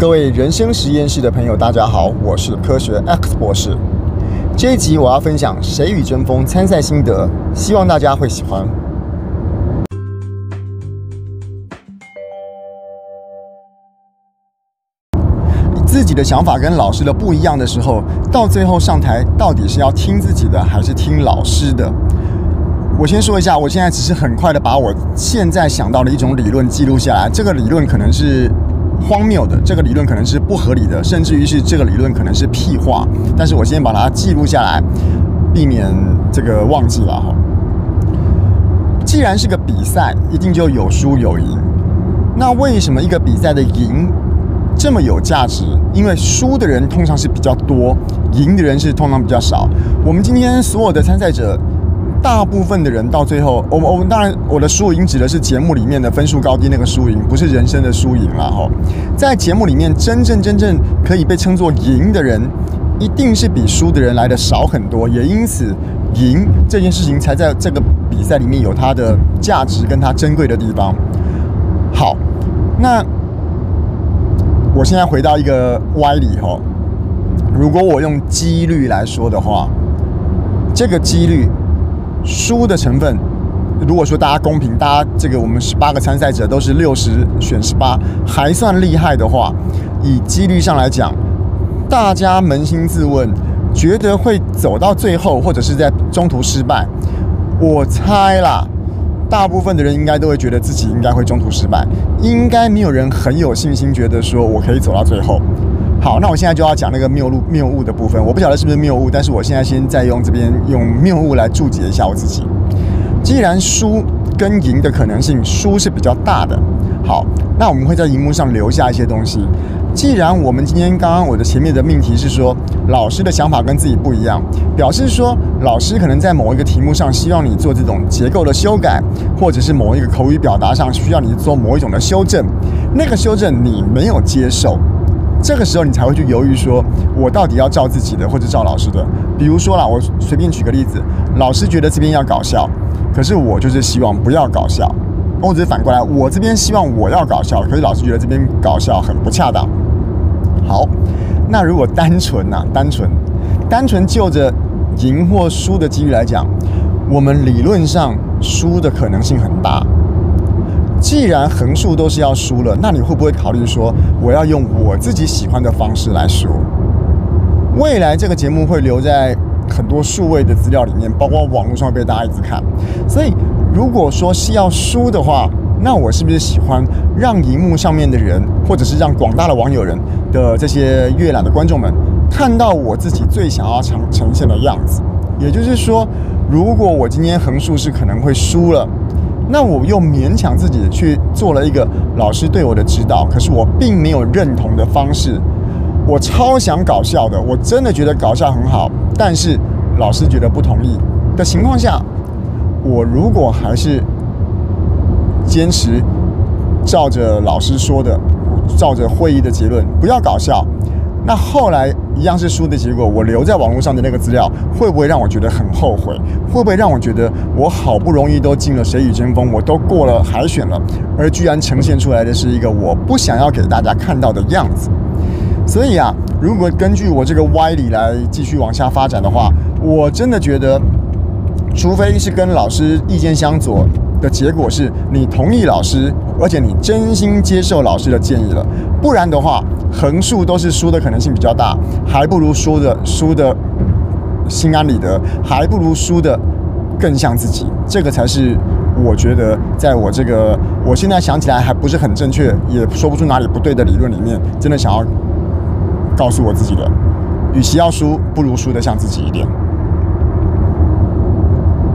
各位人生实验室的朋友，大家好，我是科学 X 博士。这一集我要分享《谁与争锋》参赛心得，希望大家会喜欢。自己的想法跟老师的不一样的时候，到最后上台到底是要听自己的还是听老师的？我先说一下，我现在只是很快的把我现在想到的一种理论记录下来。这个理论可能是荒谬的，这个理论可能是不合理的，甚至于是这个理论可能是屁话。但是我先把它记录下来，避免这个忘记了哈。既然是个比赛，一定就有输有赢。那为什么一个比赛的赢这么有价值？因为输的人通常是比较多，赢的人是通常比较少。我们今天所有的参赛者，大部分的人到最后，我们当然我的输赢指的是节目里面的分数高低那个输赢，不是人生的输赢啦哈。在节目里面，真正可以被称作赢的人，一定是比输的人来的少很多，也因此赢这件事情才在这个比赛里面有它的价值跟它珍贵的地方。好，那我现在回到一个歪理哈，如果我用几率来说的话，这个几率输的成分，如果说大家公平，大家这个我们18个参赛者都是60选18，还算厉害的话，以几率上来讲，大家扪心自问，觉得会走到最后，或者是在中途失败，我猜啦，大部分的人应该都会觉得自己应该会中途失败，应该没有人很有信心觉得说我可以走到最后。好，那我现在就要讲那个谬误的部分。我不晓得是不是谬误，但是我现在先再用这边用谬误来注解一下我自己。既然输跟赢的可能性，输是比较大的。好，那我们会在荧幕上留下一些东西。既然我们今天刚刚我的前面的命题是说，老师的想法跟自己不一样，表示说老师可能在某一个题目上希望你做这种结构的修改，或者是某一个口语表达上需要你做某一种的修正，那个修正你没有接受。这个时候你才会去犹豫说，我到底要照自己的或者照老师的。比如说啦，我随便举个例子，老师觉得这边要搞笑，可是我就是希望不要搞笑，或者是反过来，我这边希望我要搞笑，可是老师觉得这边搞笑很不恰当。好，那如果单纯就着赢或输的几率来讲，我们理论上输的可能性很大。既然横竖都是要输了，那你会不会考虑说，我要用我自己喜欢的方式来输？未来这个节目会留在很多数位的资料里面，包括网络上会被大家一直看。所以，如果说是要输的话，那我是不是喜欢让荧幕上面的人，或者是让广大的网友人的这些阅览的观众们，看到我自己最想要呈现的样子？也就是说，如果我今天横竖是可能会输了，那我又勉强自己去做了一个老师对我的指导，可是我并没有认同的方式。我超想搞笑的，我真的觉得搞笑很好，但是老师觉得不同意的情况下，我如果还是坚持照着老师说的，照着会议的结论，不要搞笑，那后来一样是输的结果，我留在网络上的那个资料，会不会让我觉得很后悔？会不会让我觉得我好不容易都进了《谁与争锋》，我都过了海选了，而居然呈现出来的是一个我不想要给大家看到的样子？所以啊，如果根据我这个歪理来继续往下发展的话，我真的觉得，除非是跟老师意见相左的结果是你同意老师，而且你真心接受老师的建议了，不然的话，横竖都是输的可能性比较大，还不如输的心安理得，还不如输的更像自己。这个才是我觉得在我这个我现在想起来还不是很正确，也说不出哪里不对的理论里面，真的想要告诉我自己的，与其要输，不如输得像自己一点。